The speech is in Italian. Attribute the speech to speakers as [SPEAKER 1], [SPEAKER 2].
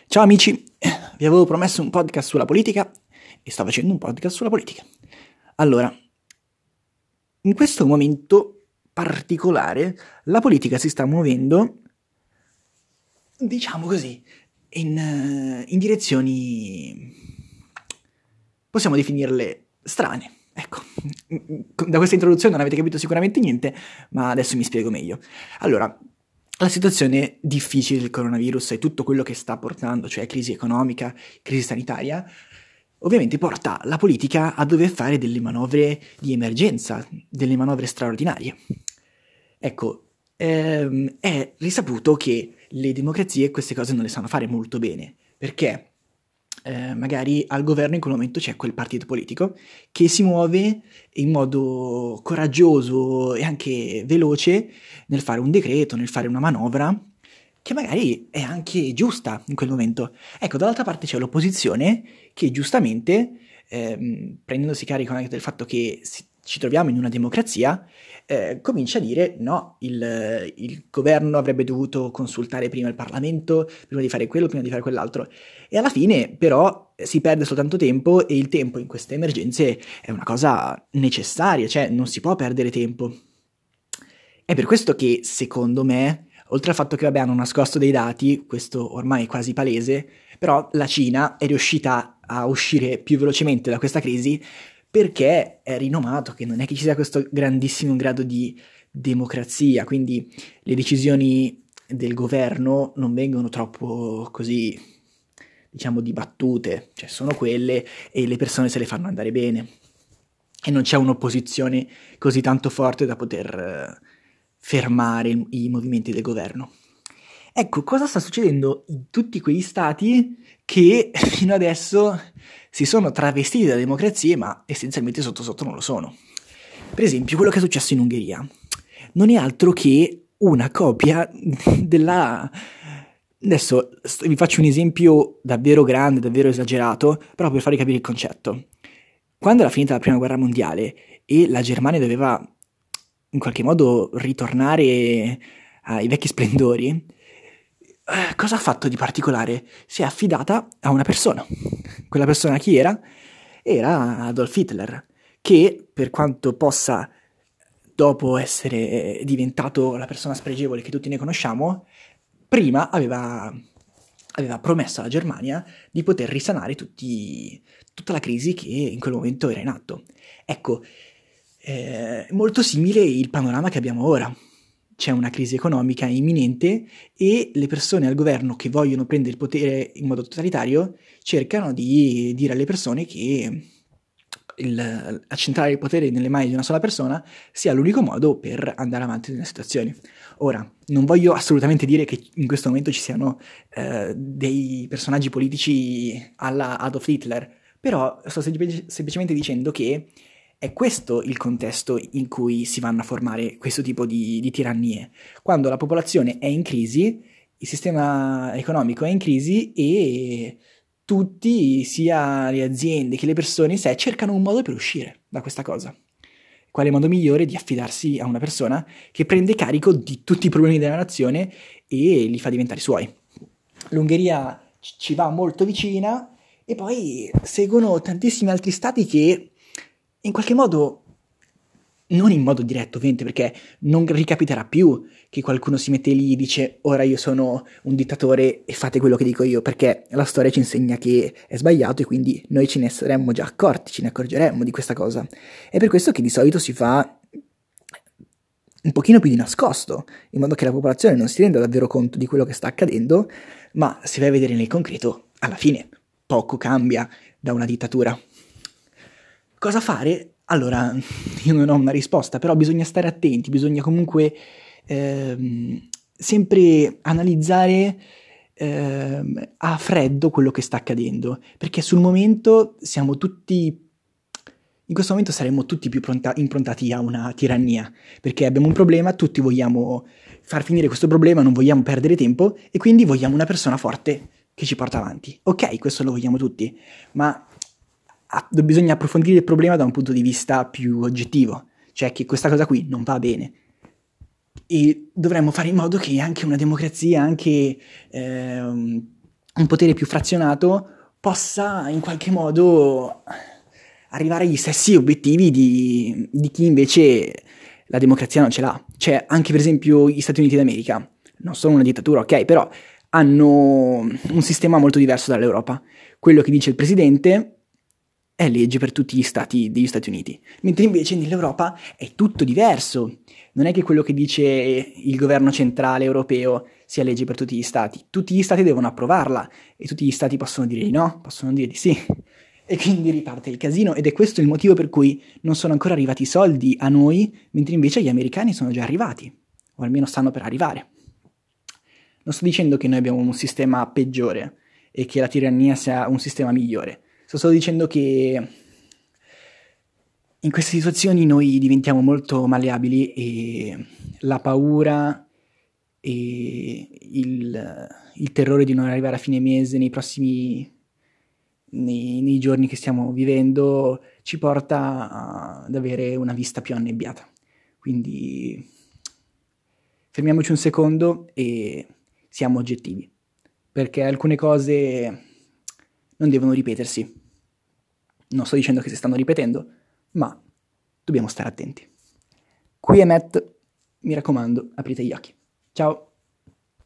[SPEAKER 1] Ciao amici, vi avevo promesso un podcast sulla politica e sto facendo un podcast sulla politica. Allora, in questo momento particolare la politica si sta muovendo, diciamo così, in direzioni, possiamo definirle strane. Ecco, da questa introduzione non avete capito sicuramente niente, ma adesso mi spiego meglio. Allora, la situazione difficile del coronavirus e tutto quello che sta portando, cioè crisi economica, crisi sanitaria, ovviamente porta la politica a dover fare delle manovre di emergenza, delle manovre straordinarie. Ecco, è risaputo che le democrazie queste cose non le sanno fare molto bene, perché magari al governo in quel momento c'è quel partito politico che si muove in modo coraggioso e anche veloce nel fare un decreto, nel fare una manovra che magari è anche giusta in quel momento. Ecco, dall'altra parte c'è l'opposizione che giustamente, prendendosi carico anche del fatto che ci troviamo in una democrazia, comincia a dire no, il governo avrebbe dovuto consultare prima il Parlamento, prima di fare quello, prima di fare quell'altro. E alla fine però si perde soltanto tempo e il tempo in queste emergenze è una cosa necessaria, cioè non si può perdere tempo. È per questo che, secondo me, oltre al fatto che hanno nascosto dei dati, questo ormai è quasi palese, però la Cina è riuscita a uscire più velocemente da questa crisi perché è rinomato che non è che ci sia questo grandissimo grado di democrazia, quindi le decisioni del governo non vengono troppo così, diciamo, dibattute, cioè sono quelle e le persone se le fanno andare bene e non c'è un'opposizione così tanto forte da poter fermare i movimenti del governo. Ecco, cosa sta succedendo in tutti quegli stati che fino adesso si sono travestiti da democrazie, ma essenzialmente sotto sotto non lo sono. Per esempio, quello che è successo in Ungheria non è altro che una copia della... Adesso vi faccio un esempio davvero grande, davvero esagerato, però per farvi capire il concetto. Quando era finita la Prima Guerra Mondiale e la Germania doveva in qualche modo ritornare ai vecchi splendori, cosa ha fatto di particolare? Si è affidata a una persona. Quella persona chi era? Era Adolf Hitler, che per quanto possa dopo essere diventato la persona spregevole che tutti ne conosciamo, prima aveva promesso alla Germania di poter risanare tutta la crisi che in quel momento era in atto. Ecco, molto simile il panorama che abbiamo ora. C'è una crisi economica imminente e le persone al governo che vogliono prendere il potere in modo totalitario cercano di dire alle persone che accentrare il potere nelle mani di una sola persona sia l'unico modo per andare avanti nelle situazioni. Ora, non voglio assolutamente dire che in questo momento ci siano dei personaggi politici alla Adolf Hitler, però sto semplicemente dicendo che è questo il contesto in cui si vanno a formare questo tipo di tirannie. Quando la popolazione è in crisi, il sistema economico è in crisi e tutti, sia le aziende che le persone in sé, cercano un modo per uscire da questa cosa. Quale modo migliore di affidarsi a una persona che prende carico di tutti i problemi della nazione e li fa diventare suoi? L'Ungheria ci va molto vicina e poi seguono tantissimi altri stati che in qualche modo, non in modo diretto ovviamente, perché non ricapiterà più che qualcuno si mette lì e dice ora io sono un dittatore e fate quello che dico io, perché la storia ci insegna che è sbagliato e quindi noi ce ne saremmo già accorti, ce ne accorgeremmo di questa cosa. È per questo che di solito si fa un pochino più di nascosto, in modo che la popolazione non si renda davvero conto di quello che sta accadendo, ma si va a vedere nel concreto, alla fine poco cambia da una dittatura. Cosa fare? Allora, io non ho una risposta, però bisogna stare attenti, bisogna comunque sempre analizzare a freddo quello che sta accadendo, perché sul momento siamo tutti, in questo momento saremmo tutti più improntati a una tirannia, perché abbiamo un problema, tutti vogliamo far finire questo problema, non vogliamo perdere tempo e quindi vogliamo una persona forte che ci porta avanti. Ok, questo lo vogliamo tutti, ma bisogna approfondire il problema da un punto di vista più oggettivo, cioè che questa cosa qui non va bene e dovremmo fare in modo che anche una democrazia, anche un potere più frazionato possa in qualche modo arrivare agli stessi obiettivi di chi invece la democrazia non ce l'ha. Cioè, anche per esempio gli Stati Uniti d'America, non sono una dittatura, ok, però hanno un sistema molto diverso dall'Europa. Quello che dice il presidente è legge per tutti gli stati degli Stati Uniti, mentre invece nell'Europa è tutto diverso. Non è che quello che dice il governo centrale europeo sia legge per tutti gli stati. Tutti gli stati devono approvarla e tutti gli stati possono dire di no, possono dire di sì. E quindi riparte il casino ed è questo il motivo per cui non sono ancora arrivati i soldi a noi, mentre invece gli americani sono già arrivati, o almeno stanno per arrivare. Non sto dicendo che noi abbiamo un sistema peggiore e che la tirannia sia un sistema migliore. Sto solo dicendo che in queste situazioni noi diventiamo molto malleabili e la paura e il terrore di non arrivare a fine mese nei giorni che stiamo vivendo ci porta ad avere una vista più annebbiata. Quindi fermiamoci un secondo e siamo oggettivi, perché alcune cose non devono ripetersi. Non sto dicendo che si stanno ripetendo, ma dobbiamo stare attenti. Qui è Matt, mi raccomando, aprite gli occhi. Ciao!